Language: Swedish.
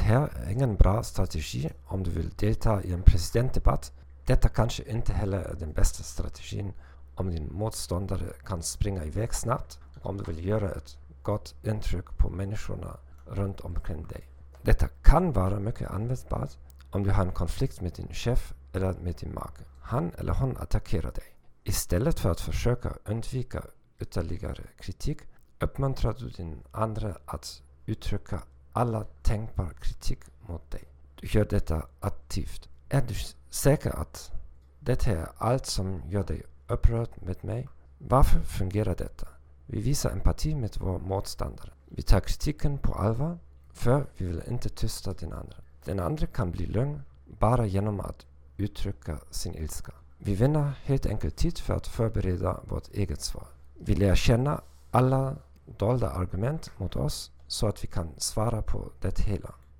här är ingen bra strategi om du vill delta i en presidentdebatt. Detta kanske inte heller är den bästa strategin om din motståndare kan springa iväg snabbt och om du vill göra ett gott intryck på människorna runt omkring dig. Detta kan vara mycket användbart om du har en konflikt med din chef eller med din make. Han eller hon attackerar dig. Istället för att försöka undvika ytterligare kritik uppmuntrar du din andra att uttrycka alla tänkbara kritik mot dig. Du gör detta aktivt. Är du säker att det här är allt som gör dig upprörd med mig? Varför fungerar detta? Vi visar empati med vår motståndare. Vi tar kritiken på allvar, för vi vill inte tysta den andra. Den andra kan bli lugn bara genom att uttrycka sin ilska. Vi vinner helt enkelt tid för att förbereda vårt eget svar. Vi lär känna alla dolda argument mot oss så att vi kan svara på det hela.